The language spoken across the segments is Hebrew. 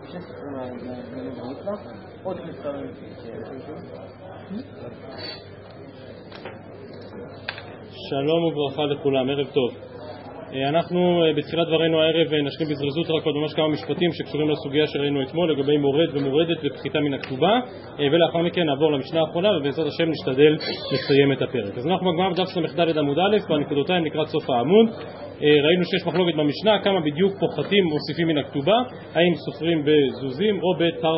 עוד מספרים. שלום וברכה לכולם, ערב טוב. אנחנו בתחילת דברינו הערב נשלים בזריזות רק עוד ממש כמה משפטים שקשורים לסוגיה שראינו אתמול לגבי מורד ומורדת ופחיתה מן הכתובה, ולאחר מכן נעבור למשנה האחרונה ובעזרת השם נשתדל לסיים את הפרק. אז אנחנו בגמרא בדף ס"ד עמוד א' בנקודותיים לקראת סוף העמוד. ראינו שיש מחלוקת במשנה כמה בדיוק פוחתים מוסיפים מן הכתובה, האם סופרים בזוזים או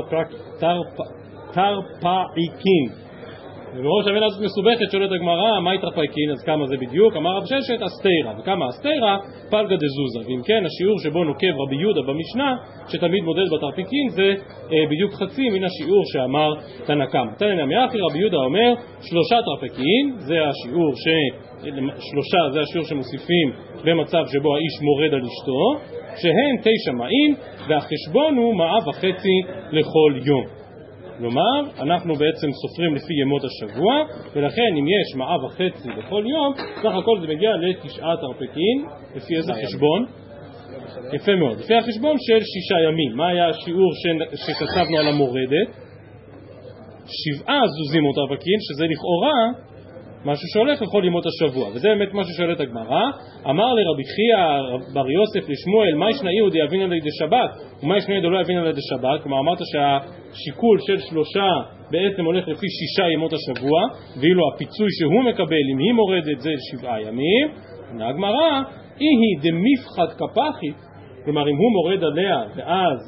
בתרפאיקין. ומראש המילה הזאת מסובכת, שואלת הגמרא, מה תרפאיקין? אז כמה זה בדיוק? אמר רב ששת, אסתירה. וכמה אסתירה? פלגה דזוזה. ואם כן, השיעור שבו נוקב רבי יהודה במשנה, שתמיד מודד בתרפאיקין, זה בדיוק חצי מן השיעור שאמר תנא קמא. תניא מאחי, רבי יהודה אומר, 3 תרפאיקין, זה השיעור זה השיעור שמוסיפים במצב שבו האיש מורד על אשתו, שהן 9 מעין, והחשבון הוא 1.5 לכל יום. כלומר, אנחנו בעצם סופרים לפי ימות השבוע, ולכן אם יש 1.5 בכל יום, סך הכל זה מגיע ל9 תרפאיקין, לפי איזה חשבון? יפה מאוד. לפי החשבון של 6 ימים. מה היה השיעור שכתבנו על המורדת? 7 זוזים או תרפאיקין, שזה לכאורה משהו שהולך לכל ימות השבוע, וזה באמת מה ששואלת הגמרא. אמר לרבי חייא בר יוסף לשמואל, מה ישנה יהודי יבין על ידי שבת ומה ישנה יהודי לא יבין על ידי שבת? כלומר אמרת שהשיקול של 3 בעצם הולך לפי 6 ימות השבוע, ואילו הפיצוי שהוא מקבל אם היא מורדת זה 7 ימים. הגמרא היא דמפחת כפחית, כלומר אם הוא מורד עליה ואז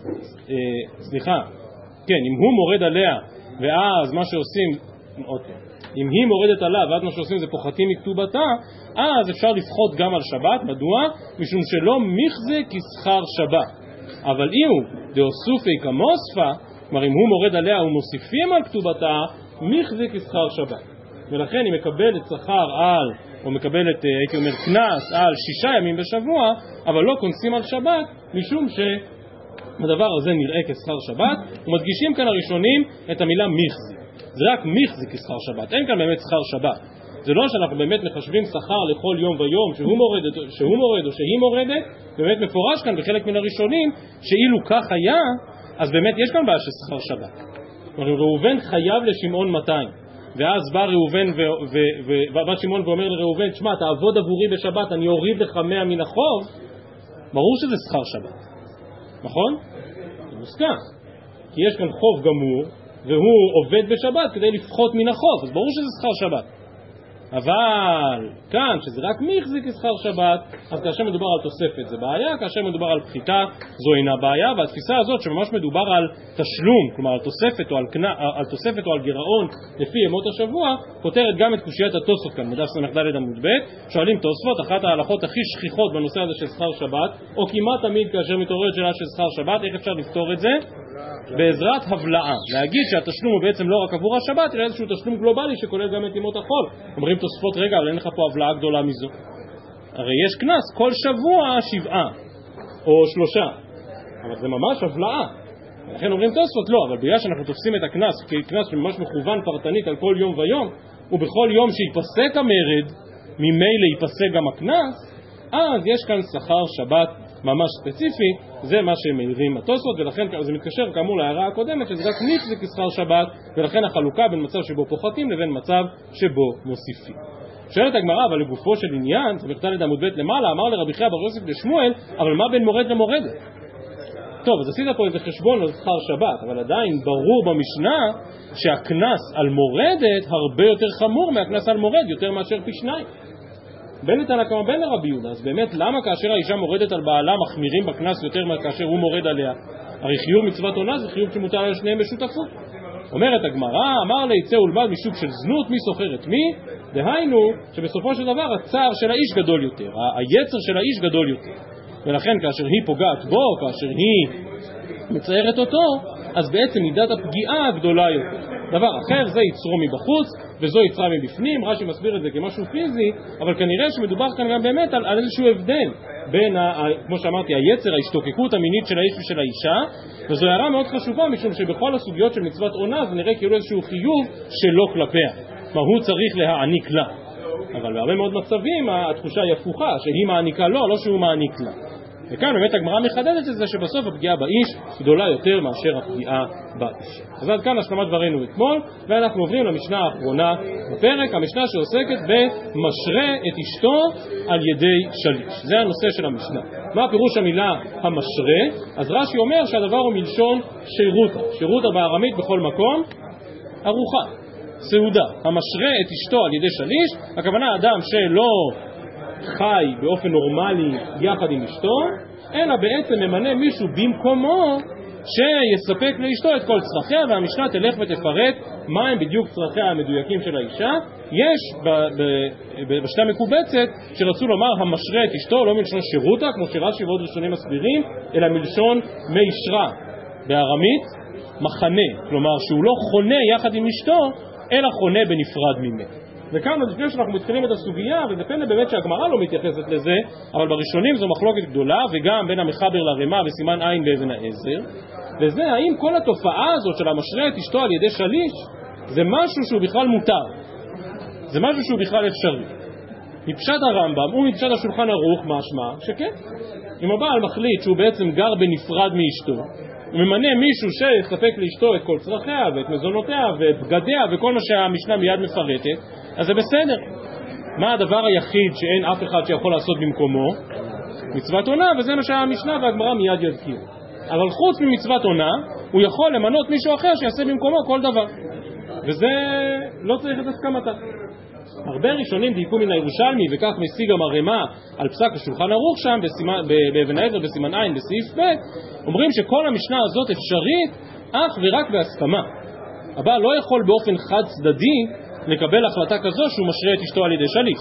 אם הוא מורד עליה ואז מה שעושים אם היא מורדת עליו ואז מה שעושים זה פוחתים מכתובתה, אז אפשר לפחות גם על שבת. מדוע? משום שלא מחזה כשכר שבת. אבל אם הוא דאוסופי כמוספה, כלומר אם הוא מורד עליה ומוסיפים על כתובתה, מחזה כשכר שבת. ולכן היא מקבלת שכר או מקבלת, הייתי אומר, קנס על 6 ימים בשבוע, אבל לא כונסים על שבת, משום שהדבר הזה נראה כשכר שבת. ומדגישים כאן הראשונים את המילה מחזה. זה רק מחזי כשכר שבת, אין כאן באמת שכר שבת. זה לא שאנחנו באמת מחשבים שכר לכל יום ויום שהוא מורד או שהיא מורדת. באמת מפורש כאן בחלק מן הראשונים שאילו כך היה, אז באמת יש כאן בעיה של שכר שבת. ראובן חייב לשמעון 200, ואז בא שמעון ואומר לראובן, תשמע, תעבוד עבורי בשבת, אני אוריד לך 100 מן החוב. ברור שזה שכר שבת, נכון? זה מוסכם, כי יש כאן חוב גמור והוא עובד בשבת כדי לפחות מן החוב, אז ברור שזה שכר שבת. אבל כאן, שזה רק מחזיק כשכר שבת, אז כאשר מדובר על תוספת זה בעיה, כאשר מדובר על פחיתה זו אינה בעיה. והתפיסה הזאת שממש מדובר על תשלום, כלומר על תוספת או על גירעון לפי ימות השבוע, פותרת גם את קושיית התוספות כאן, בדף ס"ד עמוד ב'. שואלים תוספות, אחת ההלכות הכי שכיחות בנושא הזה של שכר שבת, או כמעט תמיד כאשר מתעוררת שאלה של שכר שבת, איך אפשר לפתור את זה? בעזרת הבלעה. להגיד שהתשלום הוא בעצם לא רק עבור השבת, אלא איזשהו תשלום גלובלי שכולל גם את ימות החול. אומרים תוספות, רגע, אבל אין לך פה הבלעה גדולה מזו. הרי יש קנס כל שבוע 7 או 3, אבל זה ממש הבלעה. לכן אומרים תוספות לא, אבל בגלל שאנחנו תופסים את הקנס כקנס שממש מכוון פרטנית על כל יום ויום, ובכל יום שיפסק המרד ממילא ייפסק גם הקנס, אז יש כאן שכר שבת ממש ספציפי. זה מה שמעירים התוספות, ולכן זה מתקשר כאמור להערה הקודמת שזה רק מחזי כשכר שבת, ולכן החלוקה בין מצב שבו פוחתים לבין מצב שבו מוסיפים. שואלת הגמרא, אבל לגופו של עניין, זה בכתב עמוד ב' למעלה, אמר לרבי חייא בר יוסף לשמואל, אבל מה בין מורד למורדת? טוב, אז עשית פה איזה חשבון על שכר שבת, אבל עדיין ברור במשנה שהקנס על מורדת הרבה יותר חמור מהקנס על מורד, יותר מאשר פי 2. בין תנא קמא בין לרבי יהודה. אז באמת למה כאשר האישה מורדת על בעלה מחמירים בקנס יותר מכאשר הוא מורד עליה? הרי חיוב מצוות עונה זה חיוב שמוטל על שניהם בשותפות. אומרת הגמרא, אמר ליצא ולבד משוק של זנות, מי סוחר את מי? דהיינו שבסופו של דבר הצער של האיש גדול יותר, היצר של האיש גדול יותר, ולכן כאשר היא פוגעת בו, כאשר היא מצערת אותו, אז בעצם מידת הפגיעה גדולה יותר. דבר אחר זה יצרו מבחוץ וזו יצרה מבפנים. רש"י מסביר את זה כמשהו פיזי, אבל כנראה שמדובר כאן גם באמת על איזשהו הבדל בין, כמו שאמרתי, היצר, ההשתוקקות המינית של האיש ושל האישה. וזו הערה מאוד חשובה, משום שבכל הסוגיות של מצוות עונה זה נראה כאילו איזשהו חיוב שלא כלפיה, מה הוא צריך להעניק לה. אבל בהרבה מאוד מצבים התחושה היא הפוכה, שהיא מעניקה לו, לא שהוא מעניק לה. וכאן באמת הגמרא מחדדת את זה שבסוף הפגיעה באיש גדולה יותר מאשר הפגיעה באיש. אז עד כאן השלמת דברינו אתמול, ואנחנו עוברים למשנה האחרונה בפרק, המשנה שעוסקת במשרה את אשתו על ידי שליש. זה הנושא של המשנה. מה פירוש המילה המשרה? אז רש"י אומר שהדבר הוא מלשון שירותה. שירותה בארמית בכל מקום, ארוחה, סעודה. המשרה את אשתו על ידי שליש, הכוונה אדם שלא חי באופן נורמלי יחד עם אשתו, אלא בעצם ממנה מישהו במקומו שיספק לאשתו את כל צרכיה, והמשנה תלך ותפרט מהם בדיוק צרכיה המדויקים של האישה. יש בשתי מקובצת שרצו לומר המשרה את אשתו לא מלשון שירותה, כמו שרש"י ועוד ראשונים מסבירים, אלא מלשון מישרה, בארמית מחנה, כלומר שהוא לא חונה יחד עם אשתו, אלא חונה בנפרד ממנו. וכאן עוד לפני שאנחנו מתחילים את הסוגיה, וזה פלא באמת שהגמרא לא מתייחסת לזה, אבל בראשונים זו מחלוקת גדולה, וגם בין המחבר לרמה בסימן עין באבן העזר, וזה האם כל התופעה הזאת של המשרה את אשתו על ידי שליש, זה משהו שהוא בכלל מותר, זה משהו שהוא בכלל אפשרי. מפשט הרמב"ם ומפשט השולחן ערוך משמע שכן, אם הבעל מחליט שהוא בעצם גר בנפרד מאשתו, הוא ממנה מישהו שיספק לאשתו את כל צרכיה ואת מזונותיה ואת בגדיה וכל מה שהמשנה מיד מפרטת, אז זה בסדר. מה הדבר היחיד שאין אף אחד שיכול לעשות במקומו? מצוות עונה, וזה מה שהמשנה והגמרא מיד יזכיר. אבל חוץ ממצוות עונה, הוא יכול למנות מישהו אחר שיעשה במקומו כל דבר, וזה לא צריך את הסכמתה. הרבה ראשונים דייקו מן הירושלמי, וכך משיג גם הרמ"א על פסק השולחן ערוך שם באבן העזר בסימן עין בסעיף ב', אומרים שכל המשנה הזאת אפשרית אך ורק בהסכמה. הבעל לא יכול באופן חד צדדי לקבל החלטה כזו שהוא משרה את אשתו על ידי שליש.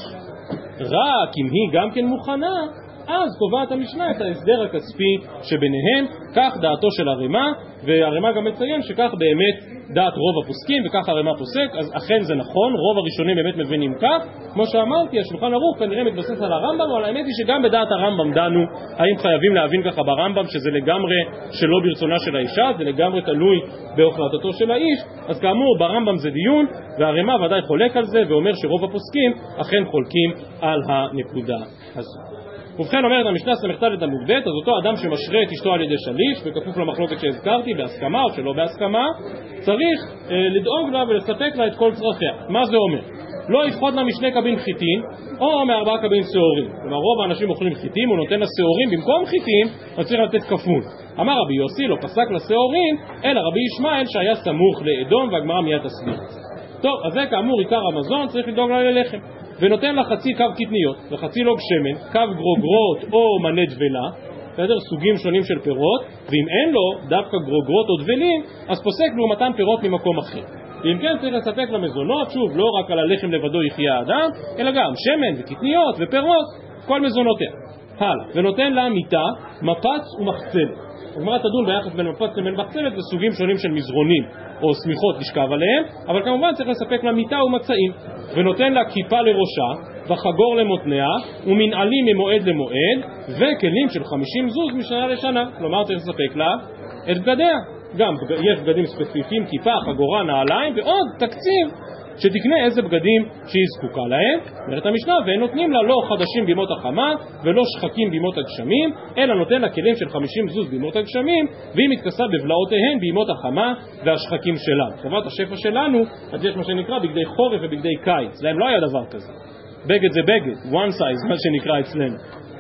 רק אם היא גם כן מוכנה, אז קובעת המשנה את ההסדר הכספי שביניהם, כך דעתו של הרמ"א, והרמ"א גם מציין שכך באמת דעת רוב הפוסקים, וכך הרמ"א פוסק. אז אכן זה נכון, רוב הראשונים באמת מבינים כך. כמו שאמרתי, השולחן ערוך כנראה מתבסס על הרמב"ם, אבל האמת היא שגם בדעת הרמב"ם דנו האם חייבים להבין ככה ברמב"ם שזה לגמרי שלא ברצונה של האישה, זה לגמרי תלוי בהחלטתו של האיש. אז כאמור ברמב"ם זה דיון, והרמ"א ודאי חולק על זה ואומר שרוב הפוסקים אכן חולקים על הנקודה הזו. ובכן אומרת המשנה ס"ד עמוד ב', אז אותו אדם שמשרה את אשתו על ידי שליש, בכפוף למחלוקת שהזכרתי, בהסכמה או שלא בהסכמה, צריך לדאוג לה ולספק לה את כל צרכיה. מה זה אומר? לא יפחות לה משני קבין חיטין או מ4 קבין שעורים. כלומר רוב האנשים אוכלים חיטים, הוא נותן לשעורים במקום חיטים, אז צריך לתת כפול. אמר רבי יוסי לא פסק לשעורים, אלא רבי ישמעאל שהיה סמוך לאדום, והגמרא מיד תסביר את זה. טוב, אז זה כאמור עיקר המזון, צריך לדאוג לה ללחם. ונותן לה חצי קו קטניות וחצי לוג שמן, קו גרוגרות או מנה דבלה, בסדר? סוגים שונים של פירות, ואם אין לו דווקא גרוגרות או דבלים, אז פוסק לעומתן פירות ממקום אחר. ואם כן צריך לספק למזונות, שוב, לא רק על הלחם לבדו יחיה האדם, אלא גם שמן וקטניות ופירות, כל מזונותיה. הלאה, ונותן לה מיטה, מפץ ומחצלת. הגמרא תדון ביחס בין מפץ לבין מחצלת וסוגים שונים של מזרונים או סמיכות לשכב עליהם, אבל כמובן צריך לספק לה מיטה ומצעים. ונותן לה כיפה לראשה וחגור למותניה ומנעלים ממועד למועד וכלים של 50 זוז משנה לשנה. כלומר צריך לספק לה את בגדיה, גם יש בגדים ספציפיים, כיפה, חגורה, נעליים, ועוד תקציב שתקנה איזה בגדים שהיא זקוקה להם. אומרת המשנה, והם נותנים לה לא חדשים בימות החמה ולא שחקים בימות הגשמים, אלא נותן לה כלים של 50 זוז בימות הגשמים, והיא מתכסה בבלעותיהן בימות החמה והשחקים שלה. חברת השפע שלנו, אז יש מה שנקרא בגדי חורף ובגדי קיץ, להם לא היה דבר כזה. בגד זה בגד, one size, מה שנקרא אצלנו.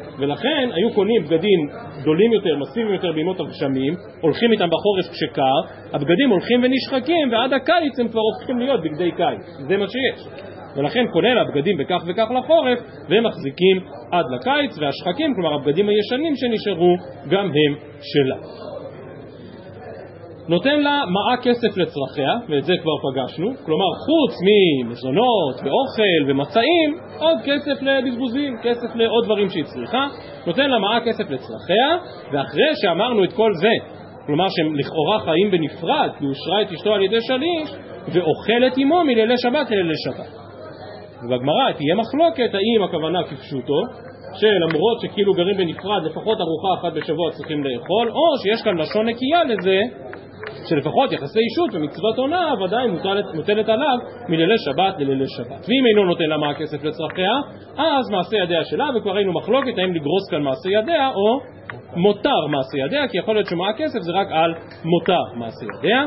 ולכן היו קונים בגדים גדולים יותר, מסיביים יותר בימות הגשמים, הולכים איתם בחורף כשקר, הבגדים הולכים ונשחקים, ועד הקיץ הם כבר הופכים להיות בגדי קיץ. זה מה שיש. ולכן קונה לה בגדים בכך וכך לחורף, והם מחזיקים עד לקיץ, והשחקים, כלומר הבגדים הישנים שנשארו, גם הם שלה. נותן לה מעה כסף לצרכיה, ואת זה כבר פגשנו, כלומר חוץ ממזונות ואוכל ומצעים, עוד כסף לבזבוזים, כסף לעוד דברים שהיא צריכה. נותן לה מעה כסף לצרכיה, ואחרי שאמרנו את כל זה, כלומר שהם לכאורה חיים בנפרד, כי הוא אושרה את אשתו על ידי שליש, ואוכלת עמו מלילי שבת ללילי שבת. ובגמרא תהיה מחלוקת האם הכוונה כפשוטו, שלמרות שכאילו גרים בנפרד, לפחות ארוחה אחת בשבוע צריכים לאכול, או שיש כאן לשון נקייה לזה, שלפחות יחסי אישות ומצוות עונה ודאי מוטלת עליו מלילי שבת ללילי שבת. ואם אינו נותן לה מה הכסף לצרכיה, אז מעשה ידיה שלה, וכבר ראינו מחלוקת האם לגרוס כאן מעשה ידיה או מותר מעשה ידיה, כי יכול להיות שמעה כסף זה רק על מותר מעשה ידיה.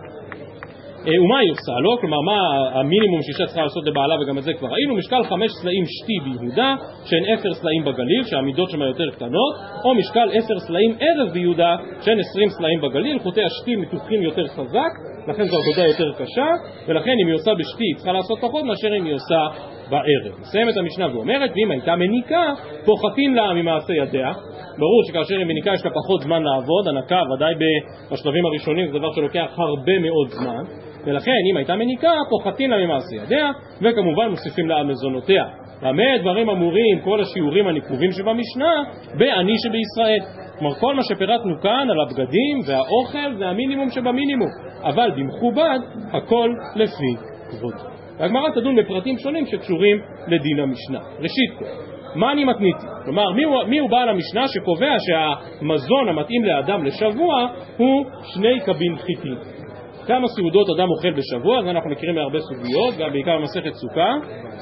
ומה היא עושה לו? כלומר, מה המינימום שאישה צריכה לעשות לבעלה, וגם את זה כבר ראינו? משקל 5 סלעים שתי ביהודה, שהן 10 סלעים בגליל, שהעמידות שם יותר קטנות, או משקל 10 סלעים ערב ביהודה, שהן 20 סלעים בגליל. חוטי השתי מתוחים יותר חזק, לכן זו עבודה יותר קשה, ולכן אם היא עושה בשתי היא צריכה לעשות פחות מאשר אם היא עושה בערב. מסיים את המשנה ואומרת, ואם הייתה מניקה, פוחתין לה ממעשה ידיה. ברור שכאשר היא מניקה יש לה פחות זמן לעבוד, הנקה ודאי בשלבים הראשונים זה דבר שלוקח הרבה מאוד זמן, ולכן אם הייתה מניקה פוחתין לה ממעשה ידיה, וכמובן מוסיפים לה מזונותיה. במה דברים אמורים כל השיעורים הנקובים שבמשנה? בעני שבישראל. כלומר כל מה שפירטנו כאן על הבגדים והאוכל זה המינימום שבמינימום, אבל במכובד הכל לפי כבוד. והגמרא תדון בפרטים שונים שקשורים לדין המשנה. ראשית כל, מה אני מתניתי? כלומר, מי הוא בעל המשנה שקובע שהמזון המתאים לאדם לשבוע הוא 2 קבין חיטים? כמה סעודות אדם אוכל בשבוע? אז אנחנו מכירים מהרבה סוגיות, גם בעיקר במסכת סוכה.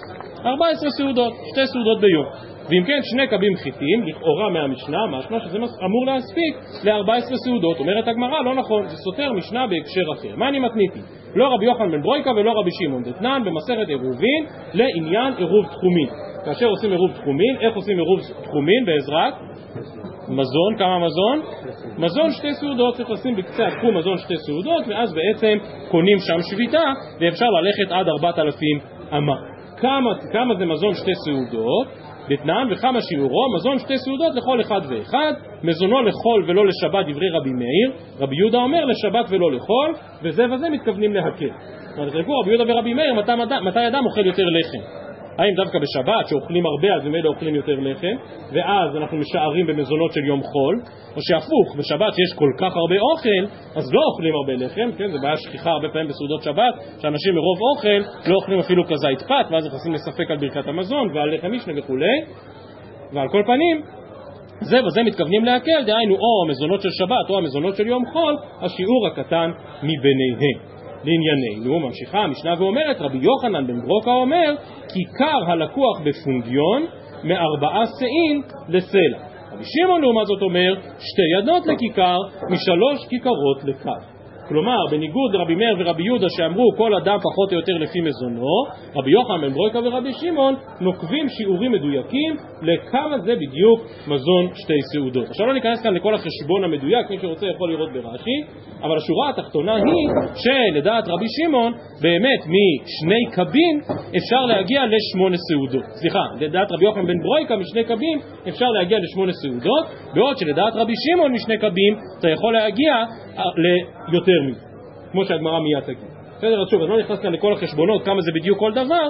14 סעודות, 2 סעודות ביום. ואם כן 2 קבים חיטים, לכאורה מהמשנה, משמע שזה אמור להספיק ל14 סעודות. אומרת הגמרא, לא נכון, זה סותר משנה בהקשר אחר. מה אני מתניתי? לא רבי יוחנן בן ברויקה ולא רבי שמעון דתנן במסכת עירובין לעניין עירוב תחומין. כאשר עושים עירוב תחומין, איך עושים עירוב תחומין? בעזרת מזון. כמה מזון? מזון 2 סעודות, צריך לשים בקצה התחום מזון 2 סעודות, ואז בעצם קונים שם שביתה, ואפשר ללכת עד 4,000 אמה. כמה זה מזון 2 סעודות? דתנן, וכמה שיעורו? מזון 2 סעודות לכל אחד ואחד, מזונו לחול ולא לשבת דברי רבי מאיר. רבי יהודה אומר לשבת ולא לחול, וזה וזה מתכוונים להקל. תחלקו רבי יהודה ורבי מאיר מתי אדם אוכל יותר לחם. האם דווקא בשבת שאוכלים הרבה אז ממילא אוכלים יותר לחם, ואז אנחנו משערים במזונות של יום חול, או שהפוך, בשבת שיש כל כך הרבה אוכל אז לא אוכלים הרבה לחם, כן? זה בעיה שכיחה הרבה פעמים בסעודות שבת, שאנשים מרוב אוכל לא אוכלים אפילו כזית פת, ואז נכנסים לספק על ברכת המזון ועל לחם משנה וכולי. ועל כל פנים זה וזה מתכוונים להקל, דהיינו או המזונות של שבת או המזונות של יום חול, השיעור הקטן מביניהם. לענייננו ממשיכה המשנה ואומרת, רבי יוחנן בן ברוקה אומר, כיכר הלקוח בפונגיון מ4 סעין לסלע. רבי שמעון לעומת זאת אומר, 2 ידות לכיכר מ3 כיכרות לכף. כלומר, בניגוד לרבי מאיר ורבי יהודה שאמרו כל אדם פחות או יותר לפי מזונו, רבי יוחנן בן ברוקה ורבי שמעון נוקבים שיעורים מדויקים לכמה זה בדיוק מזון 2 סעודות. עכשיו לא ניכנס כאן לכל החשבון המדויק, מי שרוצה יכול לראות ברש"י, אבל השורה התחתונה היא שלדעת רבי שמעון באמת מ2 קבין אפשר להגיע ל8 סעודות. סליחה, לדעת רבי יוחנן בן ברוקה מ2 קבין אפשר להגיע ל8 סעודות, בעוד שלדעת רבי שמעון מ2 קבין אתה יכול להגיע ליותר מזה, כמו שהגמרא מיד תגיד. בסדר, אז שוב, אז לא נכנס כאן לכל החשבונות כמה זה בדיוק כל דבר.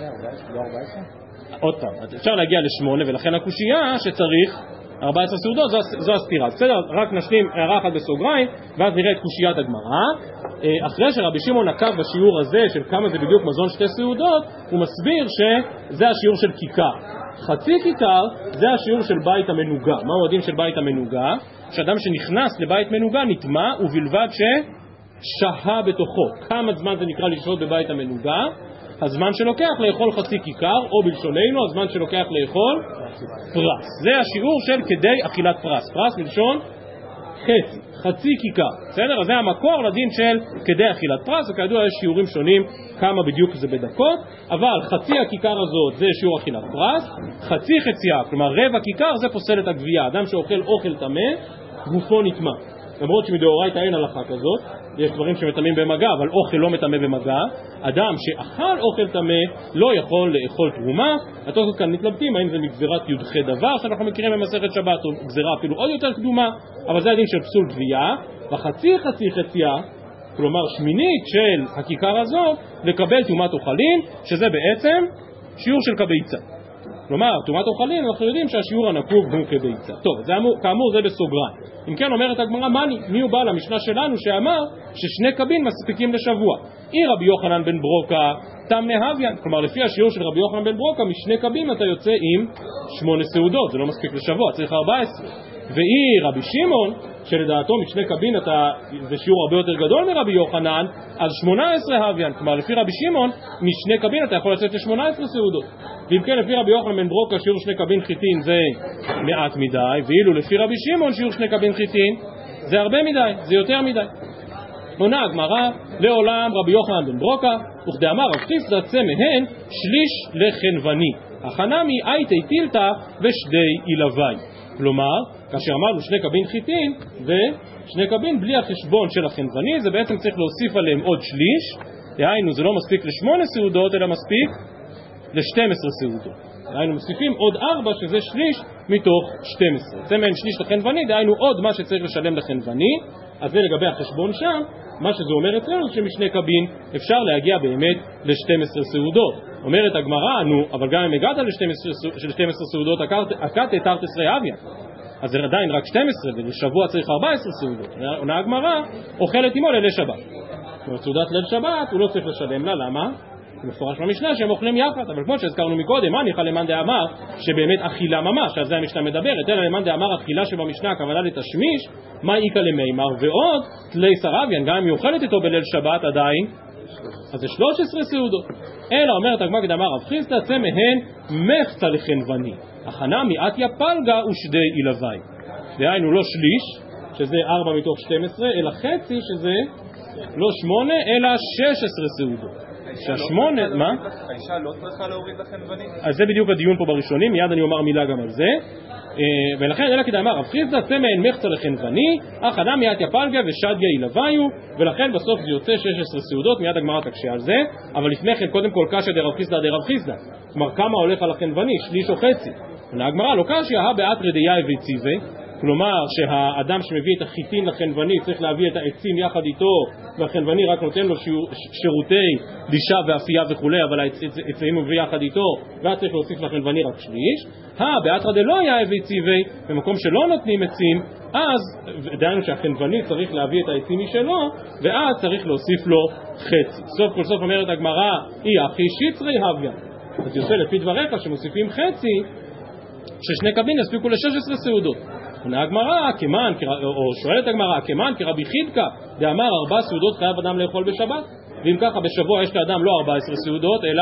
עוד פעם, אפשר להגיע ל8, ולכן הקושייה שצריך 14 סעודות, זו הסתירה. בסדר, רק נשלים הערה אחת בסוגריים, ואז נראה את קושיית הגמרא. אחרי שרבי שמעון נקב בשיעור הזה של כמה זה בדיוק מזון 2 סעודות, הוא מסביר שזה השיעור של כיכר. חצי כיכר זה השיעור של בית המנוגה. מהו הדין של בית המנוגה? שאדם שנכנס לבית מנוגה נטמא ובלבד ששהה בתוכו. כמה זמן זה נקרא לשהות בבית המנוגה? הזמן שלוקח לאכול חצי כיכר, או בלשוננו הזמן שלוקח לאכול פרס. זה השיעור של כדי אכילת פרס. פרס מלשון חצי כיכר. בסדר? אז זה המקור לדין של כדי אכילת פרס, וכידוע יש שיעורים שונים כמה בדיוק זה בדקות, אבל חצי הכיכר הזאת זה שיעור אכילת פרס, חצי חציה, כלומר רבע כיכר זה פוסל את הגבייה. אדם שאוכל אוכל טמא, גופו נטמא. למרות שמדאורייתא אין הלכה כזאת, יש דברים שמטמאים במגע, אבל אוכל לא מטמא במגע. אדם שאכל אוכל טמא לא יכול לאכול תרומה. התוספות כאן מתלבטים האם זה מגזירת י"ח דבר שאנחנו מכירים במסכת שבת, או גזירה אפילו עוד יותר קדומה, אבל זה הדין של פסול גבייה. וחצי חציה, כלומר שמינית של הכיכר הזאת, לקבל תרומת אוכלים, שזה בעצם שיעור של כביצה. כלומר, תרומת אוכלים, אנחנו יודעים שהשיעור הנקוב הוא כביצה. טוב, כאמור זה בסוגריים. אם כן אומרת הגמרא, מי הוא בעל המשנה שלנו שאמר ש2 קבין מספיקים לשבוע? רבי יוחנן בן ברוקה תם נהביין. כלומר, לפי השיעור של רבי יוחנן בן ברוקה, מ2 קבין אתה יוצא עם 8 סעודות. זה לא מספיק לשבוע, צריך 14. ואי רבי שמעון, שלדעתו משני קבין זה שיעור הרבה יותר גדול מרבי יוחנן, אז 18 הוויין, כלומר לפי רבי שמעון, משני קבין אתה יכול לצאת ל-18 סעודות. ואם כן לפי רבי יוחנן בן ברוקה שיעור שני קבין חיטין זה מעט מדי, ואילו לפי רבי שמעון שיעור שני קבין חיטין זה הרבה מדי, זה יותר מדי. עונה הגמרא, לעולם רבי יוחנן בן ברוקה, וכדאמר רב חיסדא צא מהן שליש לחנווני, החנמי אייתי טילתא ושדי אילווי. כלומר, כאשר אמרנו שני קבין חיטין ושני קבין בלי החשבון של החנווני, זה בעצם צריך להוסיף עליהם עוד שליש, דהיינו זה לא מספיק ל8 סעודות אלא מספיק ל12 סעודות. דהיינו מוסיפים עוד 4 שזה שליש מתוך 12. זה מהן שליש לחנווני, דהיינו עוד מה שצריך לשלם לחנווני, אז זה לגבי החשבון שם, מה שזה אומר אצלנו שמשני קבין אפשר להגיע באמת ל12 סעודות. אומרת הגמרא, נו, אבל גם אם הגעת ל12 סעודות, הקת תרתסרי אביה. אז זה עדיין רק 12, ולשבוע צריך 14 סעודות. עונה הגמרא, אוכלת עמו לילי שבת. בסעודת ליל שבת הוא לא צריך לשלם לה, למה? מפורש במשנה שהם אוכלים יחד, אבל כמו שהזכרנו מקודם, מה ניחא למאן דאמר שבאמת אכילה ממש, אז זה המשנה מדברת, אלא למאן דאמר אכילה שבמשנה הכוונה לתשמיש, מה איקא למימר, ועוד תלי סרביין, גם אם היא אוכלת איתו בליל שבת עדיין, אז זה 13 סעודות. אלא אומרת הגמרא כדאמר רב חיסדא צא מהן מחצה לחנווני, החנמי עטיה פלגה ושדי אילווי. דהיינו לא שליש, שזה 4 מתוך 12, אלא חצי, שזה לא 8, אלא 16 סעודות. שהשמונה, מה? האישה לא צריכה להוריד לחנווני? אז זה בדיוק הדיון פה בראשונים, מיד אני אומר מילה גם על זה. ולכן אלא כדאמר רב חיסדא צא מהן מחצה לחנווני, החנמי עטיה פלגה ושדיה אילוויו, ולכן בסוף זה יוצא 16 סעודות, מיד הגמרא תקשה על זה, אבל לפני כן קודם כל קשיא דרב חיסדא דרב חיסדא, כלומר כמה הולך על החנווני, שליש או חצי. הגמרא לא קשיא באתרא דאיי וציווה, כלומר שהאדם שמביא את החיטין לחנווני צריך להביא את העצים יחד איתו, והחנווני רק נותן לו שירותי דישה ואפייה וכולי, אבל העצים מביא יחד איתו, ואז צריך להוסיף לחנווני רק שליש. באתרא דלאיי וציווה, במקום שלא נותנים עצים, אז דהיינו שהחנווני צריך להביא את העצים משלו, ואז צריך להוסיף לו חצי. סוף כל סוף אומרת הגמרא, אי אחי שיצרי הוויה. אז יוצא לפי דבריך שמוסיפים חצי, ששני קבין יספיקו ל16 סעודות. עונה הגמרא, או שואלת הגמרא, כמן כרבי חידקה דאמר 4 סעודות חייב אדם לאכול בשבת, ואם ככה בשבוע יש לאדם לא 14 סעודות אלא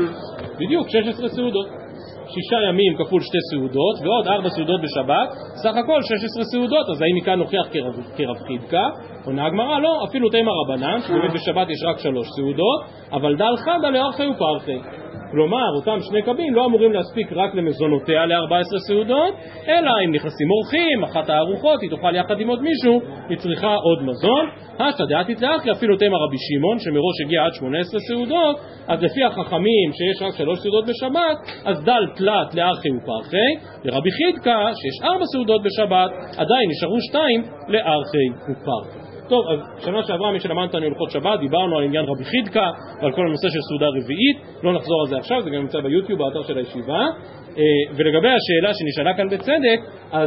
בדיוק 16 סעודות, 6 ימים כפול 2 סעודות ועוד 4 סעודות בשבת, סך הכל 16 סעודות. אז האם מכאן נוכיח כרב חידקה? עונה הגמרא, לא, אפילו תימא רבנן שבאמת בשבת יש רק 3 סעודות, אבל דל חדא לארכי ופרחי, כלומר אותם שני קבין לא אמורים להספיק רק למזונותיה ל14 סעודות, אלא אם נכנסים אורחים, אחת הארוחות היא תאכל יחד עם עוד מישהו, היא צריכה עוד מזון. דעתית לאחי אפילו תימא רבי שמעון שמראש הגיע עד 18 סעודות, אז לפי החכמים שיש רק 3 סעודות בשבת, אז דל תלת לארכי ופרחי. לרבי חידקה שיש 4 סעודות בשבת, עדיין נשארו 2 לארכי ופרחי. טוב, אז שנה שעברה מי שלמד אותנו הלכות שבת, דיברנו על עניין רבי חידקה ועל כל הנושא של סעודה רביעית, לא נחזור על זה עכשיו, זה גם נמצא ביוטיוב באתר של הישיבה. ולגבי השאלה שנשאלה כאן בצדק, אז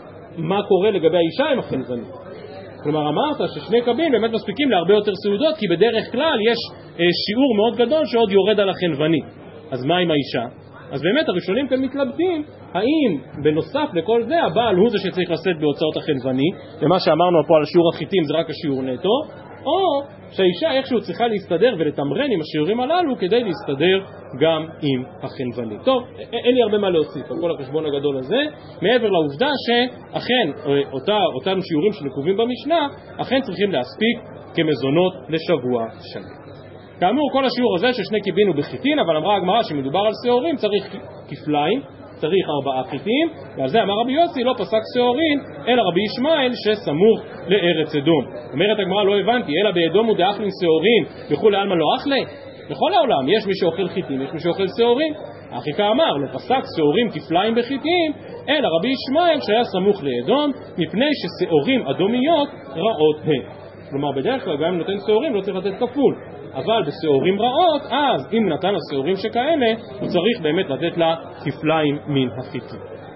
מה קורה לגבי האישה עם החנווני? כלומר אמרת ששני קבין באמת מספיקים להרבה יותר סעודות, כי בדרך כלל יש שיעור מאוד גדול שעוד יורד על החנווני. אז מה עם האישה? אז באמת הראשונים כאן מתלבטים האם בנוסף לכל זה הבעל הוא זה שצריך לשאת בהוצאות החנווני, ומה שאמרנו פה על שיעור החיטים זה רק השיעור נטו, או שהאישה איכשהו צריכה להסתדר ולתמרן עם השיעורים הללו כדי להסתדר גם עם החנווני. טוב, אין לי הרבה מה להוסיף על כל החשבון הגדול הזה, מעבר לעובדה שאכן אותם שיעורים שנקובים במשנה אכן צריכים להספיק כמזונות לשבוע שלם. כאמור כל השיעור הזה ששני קיבין הוא בחיטין, אבל אמרה הגמרא שמדובר על שעורים צריך כפליים, צריך 4 חיטים, ועל זה אמר רבי יוסי לא פסק שעורים אלא רבי ישמעאל שסמוך לארץ אדום. אומרת הגמרא לא הבנתי, אלא באדום הוא דאכלין שעורים וכולי עלמא לא אכלי? בכל העולם יש מי שאוכל חיטים, יש מי שאוכל שעורים. אחיקה אמר לא פסק שעורים כפליים בחיטים אלא רבי ישמעאל שהיה סמוך לאדום, מפני ששעורים אדומיות רעות הן. כלומר בדרך כלל גם אם נותן שעורים לא צריך לתת כפול, אבל בשעורים רעות, אז אם נתן השעורים שכאלה, הוא צריך באמת לתת לה כפליים מן החיטים.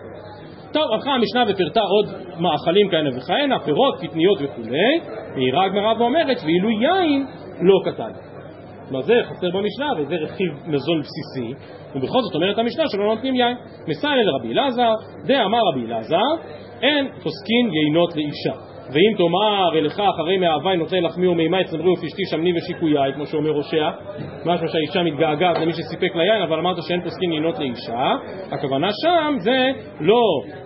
טוב, הלכה המשנה ופרטה עוד מאכלים כאלה וכאלה, פירות, קטניות וכו'. והעירה הגמרא ואומרת, ואילו יין לא קטן. מה זה חסר במשנה וזה רכיב מזון בסיסי, ובכל זאת אומרת המשנה שלא נותנים יין. מסייל אל רבי אלעזר, דאמר רבי אלעזר, אין פוסקין יינות לאישה. ואם תאמר אליך אחרי מאהבי נותן לחמי ומימי צמרי ופשתי שמני ושיקויי, כמו שאומר הושע, משהו שהאישה מתגעגעת למי שסיפק ליין, אבל אמרת שאין פוסקין יינות לאישה, הכוונה שם זה לא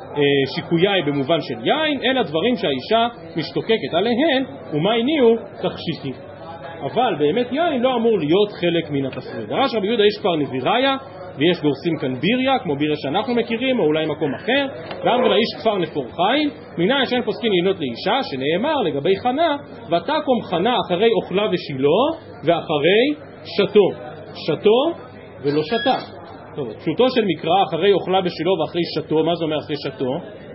שיקויי במובן של יין, אלא דברים שהאישה משתוקקת עליהן, ומה הניעו? תכשיטים. אבל באמת יין לא אמור להיות חלק מן התפריט. דרש רבי יהודה יש כבר נביריה, ויש גורסים כאן ביריה, כמו ביריה שאנחנו מכירים, או אולי מקום אחר, ואמר לאיש כפר נפור חיל, מנין שאין פוסקין יינות לאישה, שנאמר לגבי חנה, ותקום חנה אחרי אוכלה ושילו, ואחרי שתו. שתו ולא שתה. טוב, פשוטו של מקרא, אחרי אוכלה ושילו ואחרי שתו, מה זה אומר אחרי שתו?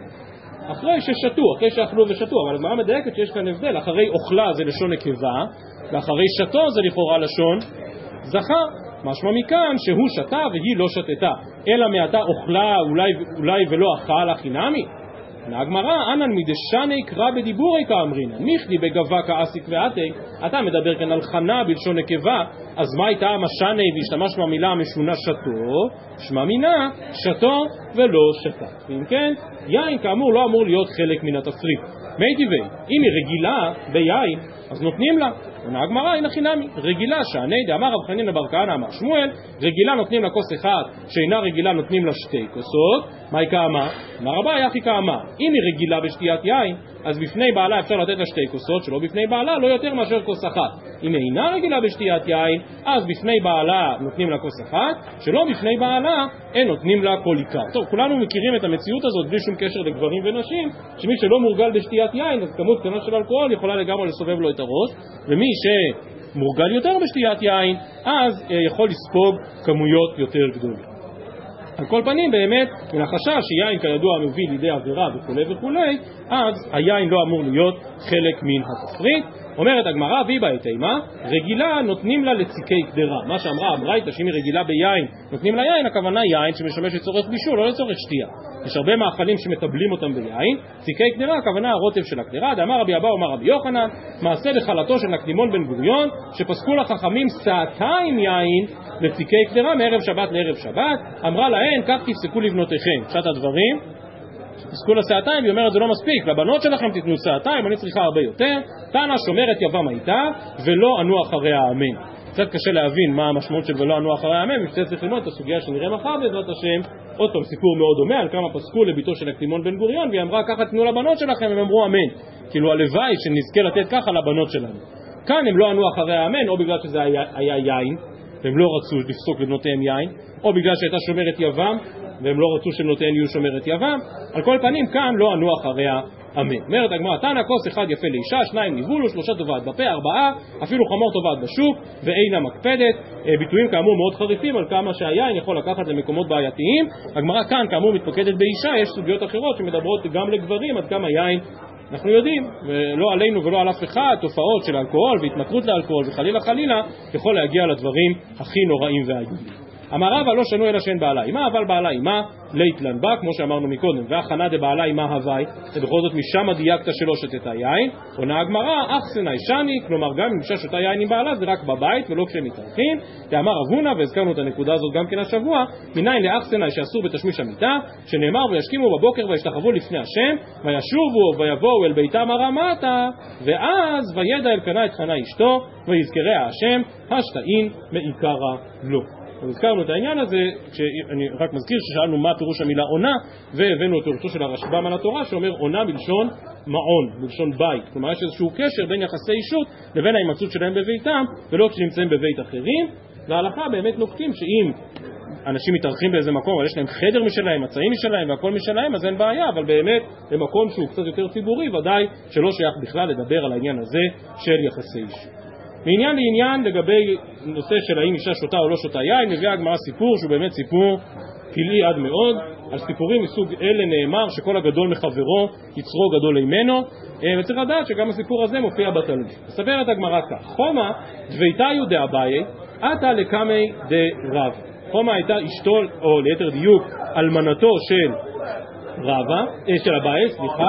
אחרי ששתו, אחרי שאכלו ושתו, אבל הגמרא מדייקת שיש כאן הבדל, אחרי אוכלה זה לשון נקבה, ואחרי שתו זה לכאורה לשון זכר. משמע מכאן שהוא שתה והיא לא שתתה, אלא מעתה אוכלה אולי ולא אכל החינמי. הגמרא, אנן מדשני קרא בדיבורי כאמרינן, נכדי בגבה כאסיק ועתי. אתה מדבר כאן על חנה בלשון נקבה, אז מה הייתה המשנה והשתמש במילה המשונה שתו? שמע מינה שתו ולא שתה. ואם כן, יין כאמור לא אמור להיות חלק מן התפריט. מי טבעי, אם היא רגילה ביין, אז נותנים לה. עונה הגמרא, הנה חינמי, רגילה שעני דאמר רב חנינא בר כהנא אמר שמואל, רגילה נותנים לה כוס אחד, שאינה רגילה נותנים לה שתי כוסות. מה היא כאמה? אמר רבי יחי כאמה, אם היא רגילה בשתיית יין, אז בפני בעלה אפשר לתת לה שתי כוסות, שלא בפני בעלה לא יותר מאשר כוס אחת. אם היא אינה רגילה בשתיית יין, אז בפני בעלה נותנים לה כוס אחת, שלא בפני בעלה אין נותנים לה כל עיקר. טוב, כולנו מכירים את המציאות הזאת בלי שום קשר לגברים ונשים, שמי שלא מורגל בשתיית יין, אז כמות קטנה של אלכוהול יכולה לגמרי לסובב לו את הראש, ומי שמורגל יותר בשתיית יין, אז יכול לספוג כמויות יותר גדולות. על כל פנים באמת, מן החשש שיין כידוע מביא לידי עבירה וכו' וכו', אז היין לא אמור להיות חלק מן התפריט. אומרת הגמרא, ויבא איתימה, רגילה נותנים לה לציקי קדרה. מה שאמרה הברייתא, שאם היא רגילה ביין, נותנים לה יין, הכוונה יין שמשמש לצורך בישול, לא לצורך שתייה. יש הרבה מאכלים שמטבלים אותם ביין, ציקי קדרה, הכוונה הרוטב של הקדרה. דאמר רבי אבאו אמר רבי יוחנן, מעשה לחלתו של נקדימון בן גוריון, שפסקו לחכמים שעתיים יין לציקי קדרה מערב שבת לערב שבת. אמרה להן, כך תפסקו לבנותיכם. פשט הדברים, תפסקו לשעתיים, היא אומרת זה לא מספיק, לבנות שלכם תתנו שעתיים, אני צריכה הרבה יותר. תנא שומרת יבם הייתה ולא ענו אחריה אמן. קצת קשה להבין מה המשמעות של ולא ענו אחריה אמן, משתי צריך ללמוד את הסוגיה שנראה מחר בעזרת השם. עוד פעם סיפור מאוד דומה על כמה פסקו לביתו של נקדימון בן גוריון, והיא אמרה ככה תנו לבנות שלכם, הם אמרו אמן, כאילו הלוואי שנזכה לתת ככה לבנות שלנו. כאן הם לא ענו אחריה אמן, או בגלל שזה היה יין והם לא רצו לפסוק לבנותיהם יין, או בגלל שהייתה שומרת יבם והם לא רצו שבנותיהם יהיו שומרת יבם. על כל פנים כאן לא ענו אחריה אמן. אומרת הגמרא, תנא כוס אחד יפה לאישה, שניים ניבולו, שלושה טובעת בפה, ארבעה אפילו חמור טובעת בשוק ואינה מקפדת. ביטויים כאמור מאוד חריפים על כמה שהיין יכול לקחת למקומות בעייתיים. הגמרא כאן כאמור מתפקדת באישה, יש סוגיות אחרות שמדברות גם לגברים עד כמה יין אנחנו יודעים, ולא עלינו ולא על אף אחד, תופעות של אלכוהול והתמכרות לאלכוהול וחלילה חלילה יכול להגיע לדברים הכי נוראים והאיומים. אמר רבא לא שנו אלא שאין בעלה אימה, אבל בעלה אימה ליתלן בה, כמו שאמרנו מקודם, והכנה דבעלה אימה הווי, ובכל זאת משם הדייקת שלא שתתה יין. עונה הגמרא, אחסנה ישני, כלומר גם אם אישה שותה יין עם בעלה זה רק בבית ולא כשהם מתארחים. דאמר רב הונא, והזכרנו את הנקודה הזאת גם כן השבוע, מניין לאחסנה שאסור בתשמיש המיטה, שנאמר וישכימו בבוקר וישתחוו לפני השם, וישובו ויבואו אל ביתם הרמתה, ואז וידע אלקנה את חנה אשתו, ויזכריה השם, השתאין מעיקרא לו. הזכרנו את העניין הזה, אני רק מזכיר ששאלנו מה פירוש המילה עונה, והבאנו את פירושו של הרשב"ם על התורה שאומר עונה בלשון מעון, בלשון בית. כלומר יש איזשהו קשר בין יחסי אישות לבין ההימצאות שלהם בביתם ולא כשנמצאים בבית אחרים. וההלכה באמת נוקטים שאם אנשים מתארחים באיזה מקום אבל יש להם חדר משלהם, מצעים משלהם והכל משלהם, אז אין בעיה, אבל באמת במקום שהוא קצת יותר ציבורי ודאי שלא שייך בכלל לדבר על העניין הזה של יחסי אישות. מעניין לעניין לגבי נושא של האם אישה שותה או לא שותה יין, מביאה הגמרא סיפור שהוא באמת סיפור פלאי עד מאוד. על סיפורים מסוג אלה נאמר שכל הגדול מחברו יצרו גדול ממנו, וצריך לדעת שגם הסיפור הזה מופיע בתלמוד. מספרת הגמרא כך, חומא דביתיו דאביי עתה לקמי דרב. חומא הייתה אשתו, או ליתר דיוק אלמנתו של רבא, של אביי, סליחה,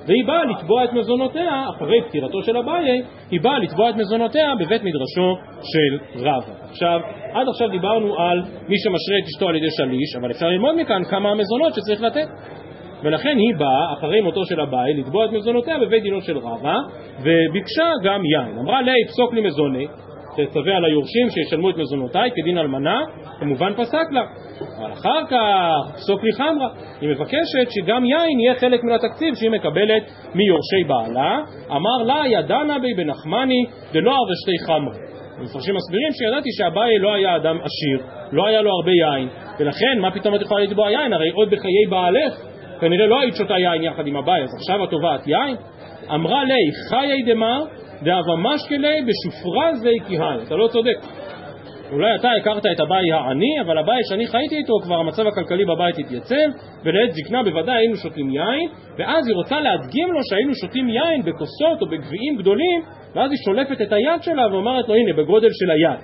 והיא באה לתבוע את מזונותיה, אחרי פטירתו של אביי, היא באה לתבוע את מזונותיה בבית מדרשו של רבא. עכשיו, עד עכשיו דיברנו על מי שמשרה את אשתו על ידי שליש, אבל אפשר ללמוד מכאן כמה המזונות שצריך לתת. ולכן היא באה, אחרי מותו של אביי, לתבוע את מזונותיה בבית דינו של רבא, וביקשה גם יין. אמרה לי, פסוק לי מזוני, תצווה על היורשים שישלמו את מזונותיי כדין אלמנה, כמובן פסק לה. אבל אחר כך פסוק לי חמרה, היא מבקשת שגם יין יהיה חלק מן התקציב שהיא מקבלת מיורשי בעלה. אמר לה, ידענה בי בנחמני דלא ארשתי חמרה. המפרשים מסבירים שידעתי שאביי לא היה אדם עשיר, לא היה לו הרבה יין, ולכן מה פתאום את יכולה לתבוע יין? הרי עוד בחיי בעלך כנראה לא היית שותה יין יחד עם אביי, אז עכשיו את תובעת יין? אמרה לי, חיי דמר דאבה משקלי בשופרה זי כהי. אתה לא צודק. אולי אתה הכרת את אביי העני, אבל אביי שאני חייתי איתו כבר המצב הכלכלי בבית התייצב, ולעת זקנה בוודאי היינו שותים יין, ואז היא רוצה להדגים לו שהיינו שותים יין בכוסות או בגביעים גדולים, ואז היא שולפת את היד שלה ואומרת לו, הנה, בגודל של היד.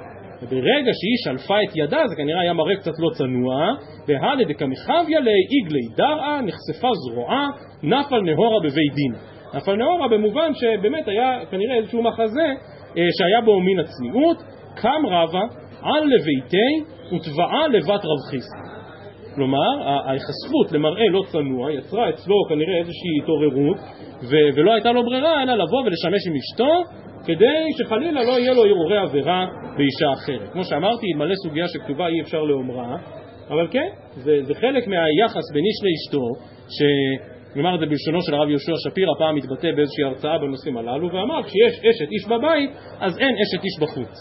וברגע שהיא שלפה את ידה, זה כנראה היה מראה קצת לא צנוע, והדה דקמחביה לי איגלי דרעה, נחשפה זרועה, נפל נהורה בבית דין. נפל נהורה במובן שבאמת היה כנראה איזשהו מחזה שהיה בו מין הצניעות. קם רבא על לביתי וטבעה לבת רב חיסדא. כלומר, ההיחשפות למראה לא צנוע יצרה אצלו כנראה איזושהי התעוררות, ולא הייתה לו ברירה אלא לבוא ולשמש עם אשתו, כדי שחלילה לא יהיה לו הרהורי עבירה באישה אחרת. כמו שאמרתי, אלמלא סוגיה שכתובה אי אפשר לאומרה, אבל כן, זה חלק מהיחס בין איש לאשתו, נאמר את זה בלשונו של הרב יהושע שפירא, פעם התבטא באיזושהי הרצאה בנושאים הללו, ואמר, כשיש אשת איש בבית, אז אין אשת איש בחוץ.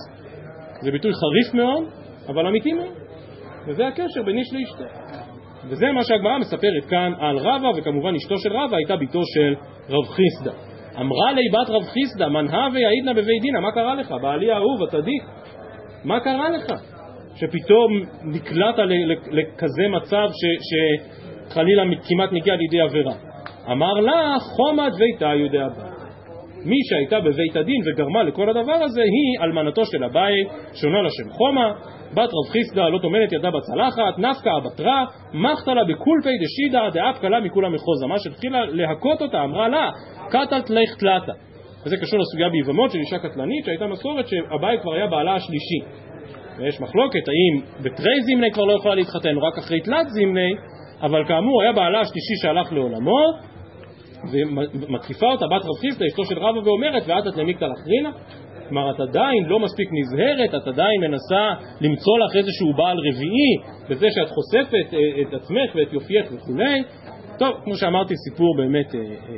זה ביטוי חריף מאוד, אבל אמיתי מאוד. וזה הקשר בין איש לאשתו. וזה מה שהגמרא מספרת כאן על רבא, וכמובן אשתו של רבא הייתה ביתו של רב חיסדא. אמרה לי בת רב חיסדא, מנהה ויעידנה בבית דינא, מה קרה לך? בעלי האהוב, הצדיק, מה קרה לך? שפתאום נקלעת לכזה מצב שחלילה כמעט נגיע לידי עבירה. אמר לה, חומד ביתה יודע בה. מי שהייתה בבית הדין וגרמה לכל הדבר הזה היא אלמנתו של אביי, שונה לשם חומה. בת רב חיסדא לא טומנת ידה בצלחת, נפקא בתרה, מחתה לה בקולפי דשידא דאף קלה מכולה מחוזה. מה שהתחילה להכות אותה, אמרה לה, קטלת לך תלתה. וזה קשור לסוגיה ביבמות של אישה קטלנית, שהייתה מסורת שאביי כבר היה בעלה השלישי. ויש מחלוקת האם בתרי זימני כבר לא יכולה להתחתן, רק אחרי תלת זימני, אבל כאמור היה בעלה השלישי שהלך לעולמו, ומתקיפה אותה בת רב חיסדא, אשתו של רבא, ואומרת, ואת למיקתא לחרינה? כלומר, את עדיין לא מספיק נזהרת, את עדיין מנסה למצוא לך איזשהו בעל רביעי, בזה שאת חושפת את עצמך ואת יופייך וכו'. טוב, כמו שאמרתי, סיפור באמת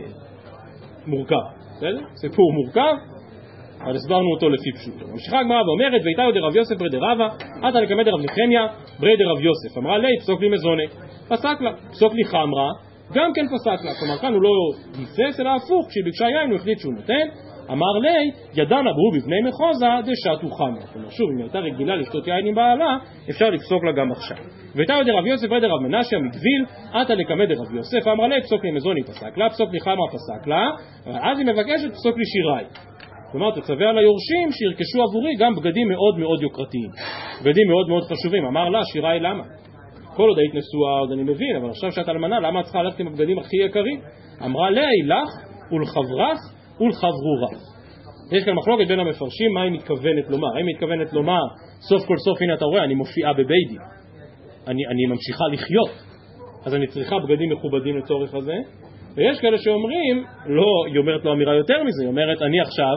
מורכב, בסדר? סיפור מורכב, אבל הסברנו אותו לפי פשוטו. ממשיכה הגמרא ואומרת, ואיתה יודע רב יוסף ברי דרבא, עתה לקמא דרב נחמיה ברי דרב יוסף. אמרה לי, פסוק לי מזוני, פסק לה, פסוק לי חמרה, גם כן פסק לה. כלומר, כאן הוא לא ניסס, אלא הפוך, כשהיא ביקשה יין הוא החליט שהוא נותן. אמר לי, ידענה ברו בבני מחוזה דשתו חמרה. כלומר, שוב, אם הייתה רגילה לשתות יין עם בעלה, אפשר לפסוק לה גם עכשיו. ואיתה יודע רב יוסף ברי דרב מנשיה מגביל, עתה לקמא דרב יוסף. אמר לי, פסוק לי מזוני, פסק לה, פסוק לי חמרה, פסק לה. אז היא מבקשת פסוק לי שיראי. כלומר, תצווה על היורשים שירכשו עבורי גם בגדים מאוד מאוד יוקרתיים, בגדים מאוד מאוד חשובים. אמר לה, שיראי למה? כל עוד היית נשואה עוד אני מבין, אבל עכשיו שאת אלמנה, למה את צריכה ללכת עם הבגדים הכי יקרים? אמרה לה, לך ולחברך ולחברורך. יש כאן מחלוקת בין המפרשים מה היא מתכוונת לומר. האם היא מתכוונת לומר, סוף כל סוף, הנה אתה רואה, אני מופיעה בבית דין, אני ממשיכה לחיות, אז אני צריכה בגדים מכובדים לצורך הזה. ויש כאלה שאומרים, לא, היא אומרת לו אמירה יותר מזה, היא אומרת, אני עכשיו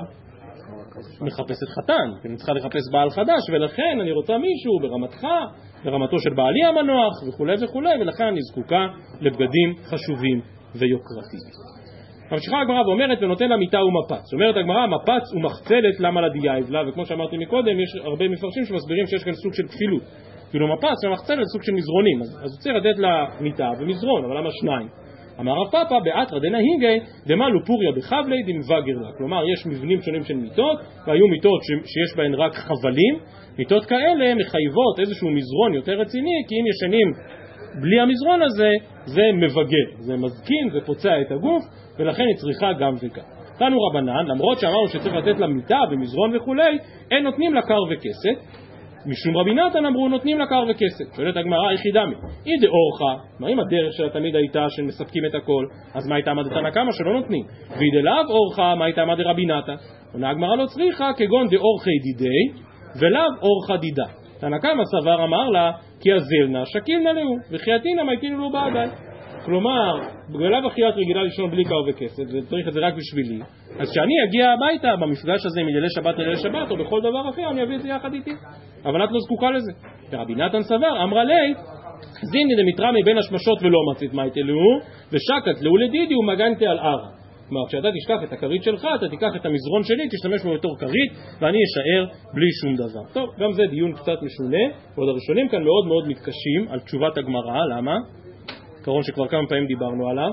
מחפשת חתן, אני צריכה לחפש בעל חדש, ולכן אני רוצה מישהו ברמתך, ברמתו של בעלי המנוח וכו' וכו', ולכן אני זקוקה לבגדים חשובים ויוקרתיים. ממשיכה הגמרא ואומרת, ונותן לה מיטה ומפץ. זאת אומרת הגמרא, מפץ ומחצלת למה לדייב לה, וכמו שאמרתי מקודם, יש הרבה מפרשים שמסבירים שיש כאן סוג של כפילות. כאילו מפץ ומחצלת סוג של מזרונים, אז צריך לתת לה מיטה ומזרון, אבל למה שניים? אמר רב פאפא באתרא דנהיגי דמלו פוריה בחבלי דמבגר לה. כלומר, יש מבנים שונים של מיטות, והיו מיטות שיש בהן רק חבלים. מיטות כאלה מחייבות איזשהו מזרון יותר רציני, כי אם ישנים בלי המזרון הזה, זה מבגר, זה מזקין, זה פוצע את הגוף, ולכן היא צריכה גם וגם. תנו רבנן, למרות שאמרנו שצריך לתת לה מיטה ומזרון וכו', אין נותנים לה קר וכסת, משום רבי נתן אמרו נותנים לה קר וכסף. שואלת הגמרא היחידה מי? היא דאורחה, מה אם הדרך שלה תמיד הייתה שמספקים את הכל, אז מה הייתה עמד תנא קמא שלא נותנים? והיא דלאו אורחה, מה הייתה עמד רבי נתן? עונה הגמרא לא צריכה כגון דאורחי דידי ולאו אורחה דידה. תנא קמא סבר אמר לה כי הזלנה שקילנה להו וחייתינה מייתינו לו בעדי. כלומר, בגלל אחיית רגילה לישון בלי קר וכסף, וצריך את זה רק בשבילי, אז כשאני אגיע הביתה במפגש הזה מליל שבת לליל שבת או בכל דבר אחר, אני אביא את זה יחד איתי, אבל את לא זקוקה לזה. ורבי נתן סבר אמרה לי זיני דמיתרא מבין השמשות ולא מצית מייתלו ושקת לו לדידי ומגנתי על ערה. כלומר, כשאתה תשכח את הכרית שלך, אתה תיקח את המזרון שלי, תשתמש בו בתור כרית, ואני אשאר בלי שום דבר. טוב, גם זה דיון קצת משונה, ועוד הראשונים כאן מאוד מאוד מתקשים על תשובת הגמרא. למה? עיקרון שכבר כמה פעמים דיברנו עליו.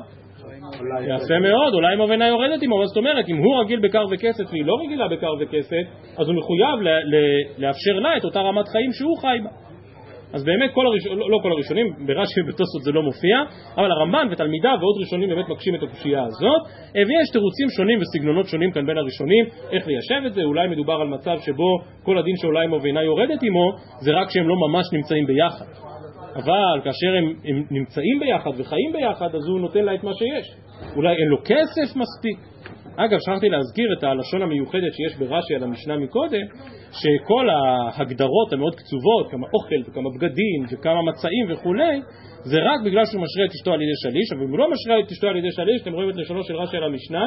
יפה מאוד, אולי אם הבנה יורדת עמו, זאת אומרת, אם הוא רגיל בקר וכסף והיא לא רגילה בקר וכסף, אז הוא מחויב לאפשר לה את אותה רמת חיים שהוא חי בה. אז באמת לא כל הראשונים, ברש"י ובתוספות זה לא מופיע, אבל הרמב"ן ותלמידיו ועוד ראשונים באמת מקשים את הקושייה הזאת, ויש תירוצים שונים וסגנונות שונים כאן בין הראשונים, איך ליישב את זה. אולי מדובר על מצב שבו כל הדין שעולה עמו ואינה יורדת עמו, זה רק שהם לא ממש נמצאים ביחד. אבל כאשר הם נמצאים ביחד וחיים ביחד, אז הוא נותן לה את מה שיש. אולי אין לו כסף מספיק. אגב, שכחתי להזכיר את הלשון המיוחדת שיש ברש"י על המשנה מקודם, שכל ההגדרות המאוד קצובות, כמה אוכל וכמה בגדים וכמה מצעים וכולי, זה רק בגלל שהוא משרה את אשתו על ידי שליש. אבל אם הוא לא משרה את אשתו על ידי שליש, אתם רואים את לשונו של רש"י על המשנה,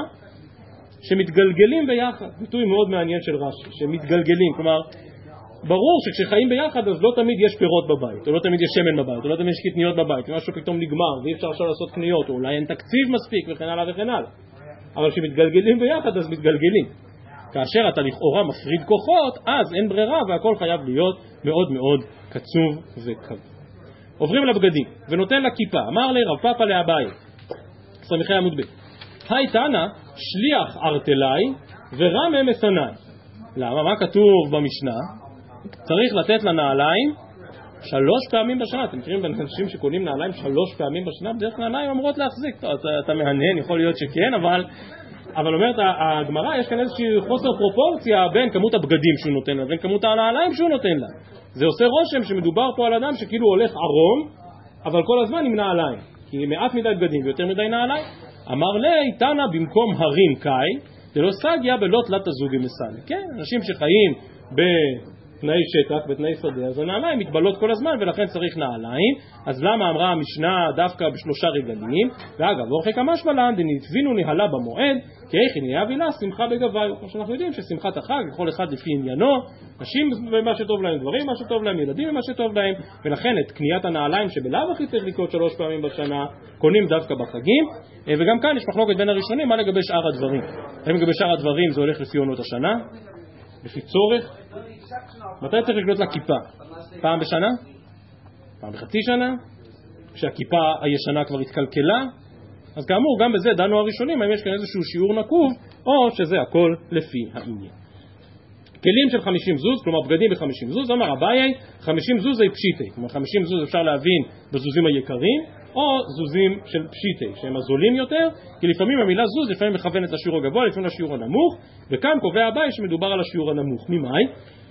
שמתגלגלים ביחד. ביטוי מאוד מעניין של רש"י, שמתגלגלים. כלומר, ברור שכשחיים ביחד אז לא תמיד יש פירות בבית, או לא תמיד יש שמן בבית, או לא תמיד יש קטניות בבית, ומשהו פתאום נגמר ואי אפשר עכשיו לעשות קניות, או אולי אין תקציב מספיק וכן הלאה וכן הלאה. אבל כשמתגלגלים ביחד אז מתגלגלים. כאשר אתה לכאורה מפריד כוחות, אז אין ברירה והכל חייב להיות מאוד מאוד קצוב וקבוע. עוברים לבגדים ונותן לה כיפה. אמר לי רב פאפא לאביי, סמיכי עמוד ב', היי תנא שליח ארטלאי ורמא מסנאי. למה? מה כתוב במשנה? צריך לתת לה נעליים 3 פעמים בשנה. אתם מכירים אנשים שקונים נעליים 3 פעמים בשנה? בדרך כלל נעליים אמורות להחזיק. אתה מהנהן, יכול להיות שכן, אבל אומרת הגמרא, יש כאן איזושהי חוסר פרופורציה בין כמות הבגדים שהוא נותן לה ובין כמות הנעליים שהוא נותן לה. זה עושה רושם שמדובר פה על אדם שכאילו הולך ערום, אבל כל הזמן עם נעליים, כי מעט מדי בגדים ויותר מדי נעליים. אמר לי תנא במקום הרים קאי דלא סגיה בלא תלת הזוגי מסנה. כן, אנשים שחיים בתנאי שטח, בתנאי שדה, אז הנעליים מתבלות כל הזמן ולכן צריך נעליים. אז למה אמרה המשנה דווקא ב3 רגלים? ואגב, אורחי כמשמע לן דנתבינו נהלה במועד כי איך נהיה אבילה שמחה בגביו. כמו שאנחנו יודעים ששמחת החג כל אחד לפי עניינו, נשים במה שטוב להם, דברים מה שטוב להם, ילדים במה שטוב להם, ולכן את קניית הנעליים שבלאו הכי צריך לקנות 3 פעמים בשנה קונים דווקא בחגים. וגם כאן יש מחלוקת בין הראשונים מה לגבי שאר הדברים. האם לגבי שאר הדברים זה הולך לפי עונות השנה, לפי צורך? מתי צריך לקנות לה כיפה? פעם בשנה? פעם בחצי שנה? כשהכיפה הישנה כבר התקלקלה? אז כאמור גם בזה דנו הראשונים האם יש כאן איזשהו שיעור נקוב או שזה הכל לפי העניין. כלים של 50 זוז, כלומר בגדים ב50 זוז, אמר אביי 50 זוז זה פשיטי. כלומר 50 זוז אפשר להבין בזוזים היקרים או זוזים של פשיטי שהם הזולים יותר, כי לפעמים המילה זוז לפעמים מכוונת לשיעור הגבוה, לפעמים לשיעור הנמוך, וכאן קובע אביי שמדובר על השיעור הנמוך. ממאי?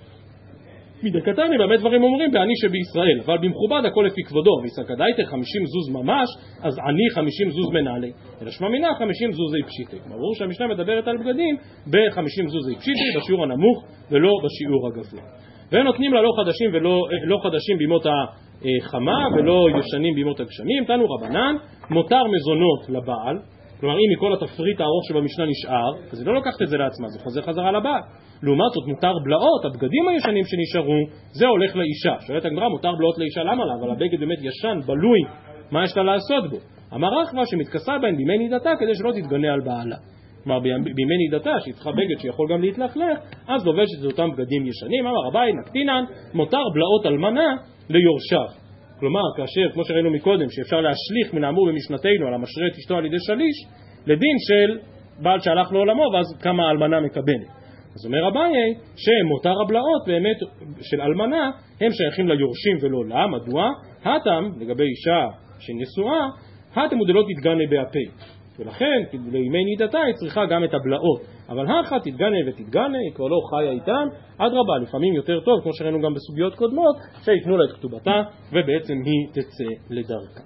מדקתני באמת דברים אומרים בעני שבישראל, אבל במכובד הכל לפי כבודו. ויסקדאיתר 50 זוז ממש, אז עני 50 זוז מנהלי, אלא שמע מינה 50 זוז זה פשיטי. ברור שהמשנה מדברת על בגדים ב50 זוז זה פשיטי, בשיעור הנמוך ולא בשיעור הגבוה. ונותנים לה לא חדשים בימות החמה ולא ישנים בימות הגשמים. תנו רבנן מותר מזונות לבעל, כלומר אם מכל התפריט הארוך שבמשנה נשאר, אז היא לא לוקחת את זה לעצמה, זה חוזר חזרה לבעל. לעומת זאת מותר בלעות, הבגדים הישנים שנשארו, זה הולך לאישה. שואלת הגמרא, מותר בלעות לאישה, למה לה? אבל הבגד באמת ישן, בלוי, מה יש לה לעשות בו? אמר רחבא שמתכסה בהן בימי נידתה כדי שלא תתגנה על בעלה. כלומר בימי נידתה שהיא צריכה בגד שיכול גם להתלכלך, אז לובשת את אותם בגדים ישנים. אמר רבי נקטינן, מותר בלעות אלמנה ליורשיו. כלומר כאשר, כמו שראינו מקודם, שאפשר להשליך מן האמור במשנתנו על המשרה את אשתו על ידי שליש, לדין של בעל שהלך לעולמו ואז כמה אלמנה מקבלת. אז אומר אביי שמותר הבלעות באמת של אלמנה הם שייכים ליורשים ולא לה. מדוע? התם, לגבי אישה שנשואה, התם הוא דלא תתגנה באפי. ולכן לימי נידתה היא צריכה גם את הבלעות. אבל האחת תתגנה ותתגנה, היא כבר לא חיה איתם, עד רבה, לפעמים יותר טוב, כמו שראינו גם בסוגיות קודמות, שיתנו לה את כתובתה ובעצם היא תצא לדרכה.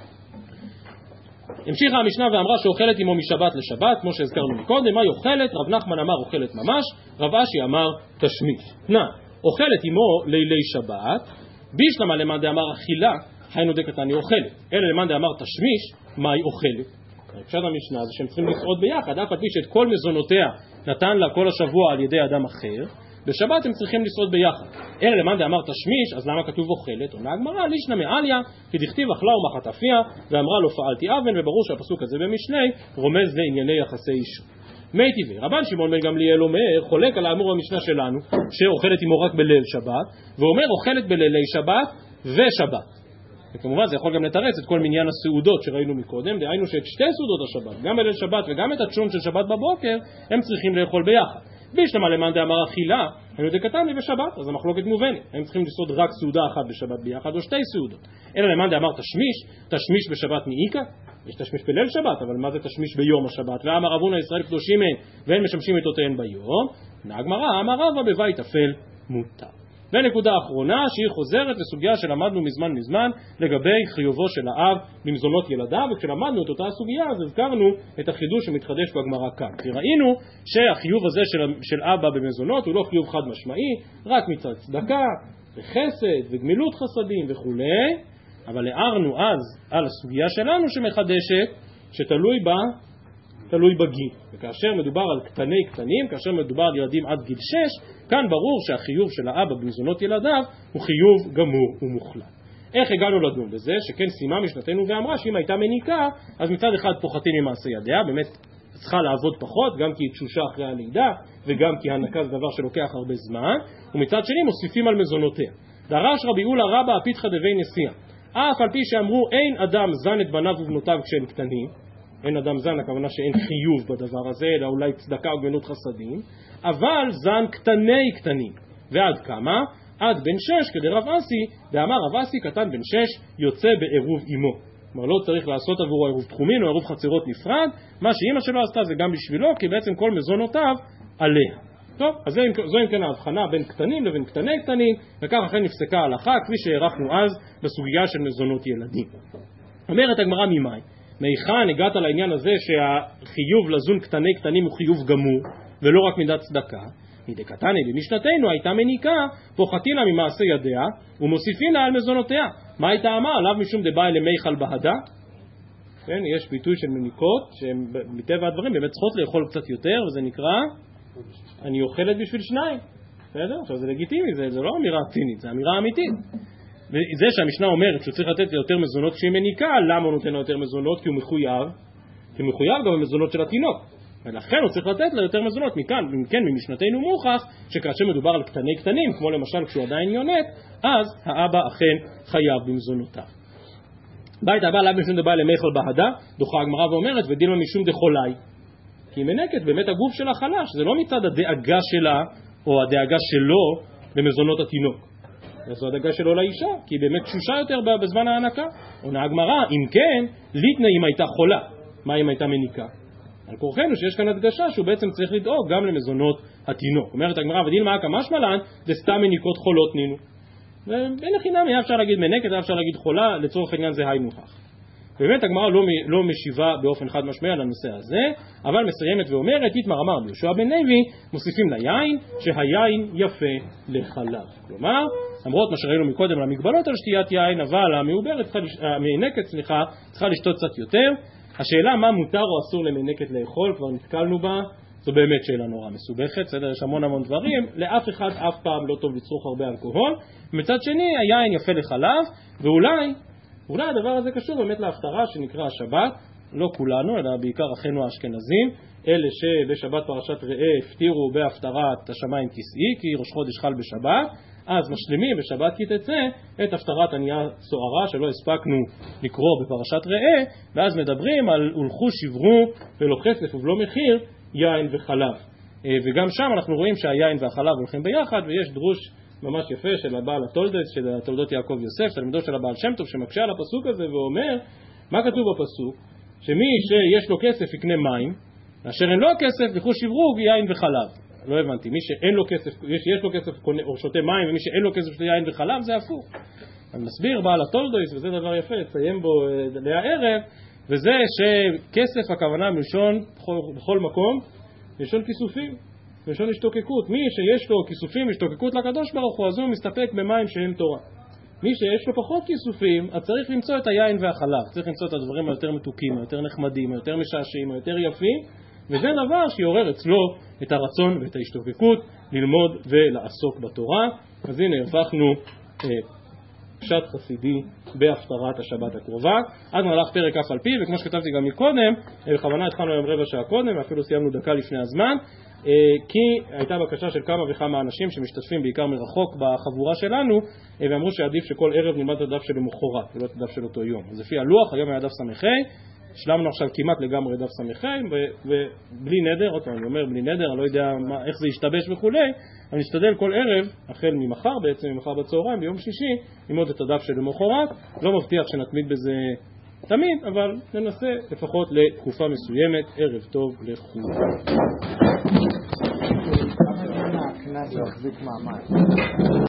המשיכה המשנה ואמרה שאוכלת עמו משבת לשבת, כמו שהזכרנו מקודם. מה היא אוכלת? רב נחמן אמר אוכלת ממש, רב אשי אמר תשמיש. אוכלת עמו לילי שבת, בישלמה למאן דאמר אכילה, היינו דקתני אוכלת. אלא למאן דאמר תשמיש, מה היא אוכלת? פשט המשנה זה שהם צריכים לסעוד ביחד, אף על פי שאת כל מזונותיה נתן לה כל השבוע על ידי אדם אחר, בשבת הם צריכים לסעוד ביחד. אלא למאן דאמר תשמיש, אז למה כתוב אוכלת? עונה הגמרא, לישנא מעליא, כי דכתיב אכלה ומחת אפיה, ואמרה לו פעלתי אבן, וברור שהפסוק הזה במשלי רומז לענייני יחסי אישות. מי טבעי, רבן שמעון בן גמליאל אומר, חולק על האמור במשנה שלנו, שאוכלת עמו רק בליל שבת, ואומר אוכלת בלילי שבת ושבת. וכמובן זה יכול גם לתרץ את כל מניין הסעודות שראינו מקודם, דהיינו שאת שתי סעודות השבת, גם בליל שבת וגם את הצ'ום של שבת בבוקר, הם צריכים לאכול ביחד. בישלמה למאן דאמר אכילה, היינו דקתני בשבת, אז המחלוקת מובנת. הם צריכים לסעוד רק סעודה אחת בשבת ביחד או שתי סעודות. אלא למאן דאמר תשמיש, תשמיש בשבת מאיקה, יש תשמיש בליל שבת, אבל מה זה תשמיש ביום השבת? ואמר רבונה ישראל קדושים הן, והן משמשים מיתותיהן ביום. הגמרא אמר רבא בבית אפל מותר. ונקודה אחרונה שהיא חוזרת לסוגיה שלמדנו מזמן לגבי חיובו של האב במזונות ילדיו, וכשלמדנו את אותה סוגיה אז הזכרנו את החידוש שמתחדש בגמרא כאן, כי ראינו שהחיוב הזה של אבא במזונות הוא לא חיוב חד משמעי, רק מצד צדקה וחסד וגמילות חסדים וכולי, אבל הערנו אז על הסוגיה שלנו שמחדשת שתלוי בגיל, וכאשר מדובר על קטנים, כאשר מדובר על ילדים עד גיל 6, כאן ברור שהחיוב של האבא במזונות ילדיו הוא חיוב גמור ומוחלט. איך הגענו לדון בזה? שכן סיימה משנתנו ואמרה שאם הייתה מניקה, אז מצד אחד פוחתים ממעשה ידיה, באמת צריכה לעבוד פחות, גם כי היא תשושה אחרי הלידה, וגם כי הנקה זה דבר שלוקח הרבה זמן, ומצד שני מוסיפים על מזונותיה. דרש רבי אולה רבא הפיתחא דבי נשיאה, אף על פי שאמרו אין אדם זן את בניו ובנותיו כשהם קטנים, אין אדם זן, הכוונה שאין חיוב בדבר הזה, אלא אולי צדקה או גמילות חסדים, אבל זן קטנים. ועד כמה? עד בן 6, כדי רב אסי, ואמר רב אסי קטן בן 6 יוצא בעירוב אמו. כלומר לא צריך לעשות עבור עירוב תחומין או עירוב חצרות נפרד, מה שאמא שלו עשתה זה גם בשבילו, כי בעצם כל מזונותיו עליה. טוב, אז זו אם כן ההבחנה בין קטנים לבין קטנים, וכך אכן נפסקה ההלכה, כפי שהערכנו אז בסוגיה של מזונות ילדים. אומרת הגמרא ממאי, מהיכן הגעת לעניין הזה שהחיוב לזון קטנים הוא חיוב גמור ולא רק מידת צדקה? מדקתני במשנתנו הייתה מניקה, פוחתינה ממעשה ידיה ומוסיפינה על מזונותיה. מה הייתה אמר? עליו משום דבאי למיכל בהדה? כן, יש ביטוי של מניקות שהן מטבע הדברים באמת צריכות לאכול קצת יותר, וזה נקרא אני אוכלת בשביל שניים. בסדר? עכשיו זה לגיטימי, זה לא אמירה צינית, זה אמירה אמיתית. וזה שהמשנה אומרת שהוא צריך לתת יותר מזונות כשהיא מניקה, למה הוא נותן לה יותר מזונות? כי הוא מחויב גם במזונות של התינוק, ולכן הוא צריך לתת לה יותר מזונות. מכאן ממשנתנו מוכח שכאשר מדובר על קטנים, כמו למשל כשהוא עדיין יונק, אז האבא אכן חייב במזונותיו. בית הבא עליו משום דבאי למיכל בהדה, דוחה הגמרא ואומרת ודילמה משום דחולי, כי היא מנקת באמת הגוף שלה חלש, זה לא מצד הדאגה שלה או הדאגה שלו למזונות התינוק, זו הדאגה שלו לאישה, כי היא באמת תשושה יותר בזמן ההנקה. עונה הגמרא, אם כן, ליתנה אם הייתה חולה, מה אם הייתה מניקה? על כורחנו שיש כאן הדגשה שהוא בעצם צריך לדאוג גם למזונות התינוק. אומרת הגמרא, ודילמה אקא משמע לן דסתם מניקות חולות נינו. ואין לחינם, היה אפשר להגיד מנקת, היה אפשר להגיד חולה, לצורך העניין זה היי מוכח. באמת הגמרא לא משיבה באופן חד משמעי על הנושא הזה, אבל מסיימת ואומרת, יתמר אמר ביהושע בן לוי, מוסיפים ליין שהיין יפה לחלב. כלומר, למרות מה שראינו מקודם על המגבלות על שתיית יין, אבל המנקת צריכה לשתות קצת יותר. השאלה מה מותר או אסור למנקת לאכול, כבר נתקלנו בה, זו באמת שאלה נורא מסובכת, בסדר? יש המון דברים, לאף אחד אף פעם לא טוב לצרוך הרבה אלכוהול, ומצד שני היין יפה לחלב, ואולי הדבר הזה קשור באמת להפטרה שנקרא השבת, לא כולנו, אלא בעיקר אחינו האשכנזים, אלה שבשבת פרשת ראה הפטירו בהפטרת השמיים כסאי, כי ראש חודש חל בשבת, אז משלימים בשבת כי תצא את הפטרת ענייה סוערה שלא הספקנו לקרוא בפרשת ראה, ואז מדברים על הולכו שברו ולא כסף ובלא מחיר יין וחלב. וגם שם אנחנו רואים שהיין והחלב הולכים ביחד, ויש דרוש ממש יפה של הבעל התולדות, של תולדות יעקב יוסף, תלמידו של הבעל שם טוב, שמקשה על הפסוק הזה ואומר, מה כתוב בפסוק? שמי שיש לו כסף יקנה מים, אשר אין לו כסף יקחו שברוק יין וחלב. לא הבנתי, מי שאין לו כסף, שיש לו כסף או שותה מים, ומי שאין לו כסף שותה יין וחלב, זה הפוך. אני מסביר בעל התולדויס, וזה דבר יפה, לציין בו לערב, וזה שכסף הכוונה מלשון בכל מקום, מלשון כיסופים, מלשון השתוקקות. מי שיש לו כיסופים, השתוקקות לקדוש ברוך הוא, אז הוא מסתפק במים שהם תורה. מי שיש לו פחות כיסופים, אז צריך למצוא את היין והחלב, צריך למצוא את הדברים היותר מתוקים, היותר נחמדים, היותר משעשעים, היותר יפים, וזה דבר שיעורר אצלו את הרצון ואת ההשתוקקות ללמוד ולעסוק בתורה. אז הנה הפכנו פשט חסידי בהפטרת השבת הקרובה. עד מהלך פרק אף על פי, וכמו שכתבתי גם מקודם, בכוונה התחלנו היום רבע שעה קודם, ואפילו סיימנו דקה לפני הזמן, כי הייתה בקשה של כמה וכמה אנשים שמשתתפים בעיקר מרחוק בחבורה שלנו, ואמרו שעדיף שכל ערב נלמד את הדף של למחרת, ולא את הדף של אותו יום. אז לפי הלוח, היום היה דף סמכי, השלמנו עכשיו כמעט לגמרי דף סמכי, ובלי נדר, עוד פעם אני אומר בלי נדר, אני לא יודע איך זה ישתבש וכולי, אבל נשתדל כל ערב, החל ממחר בעצם, ממחר בצהריים, ביום שישי, ללמוד את הדף של למחרת. לא מבטיח שנתמיד בזה תמיד, אבל ננסה לפחות לתקופה מסוימת. ערב טוב לכולם.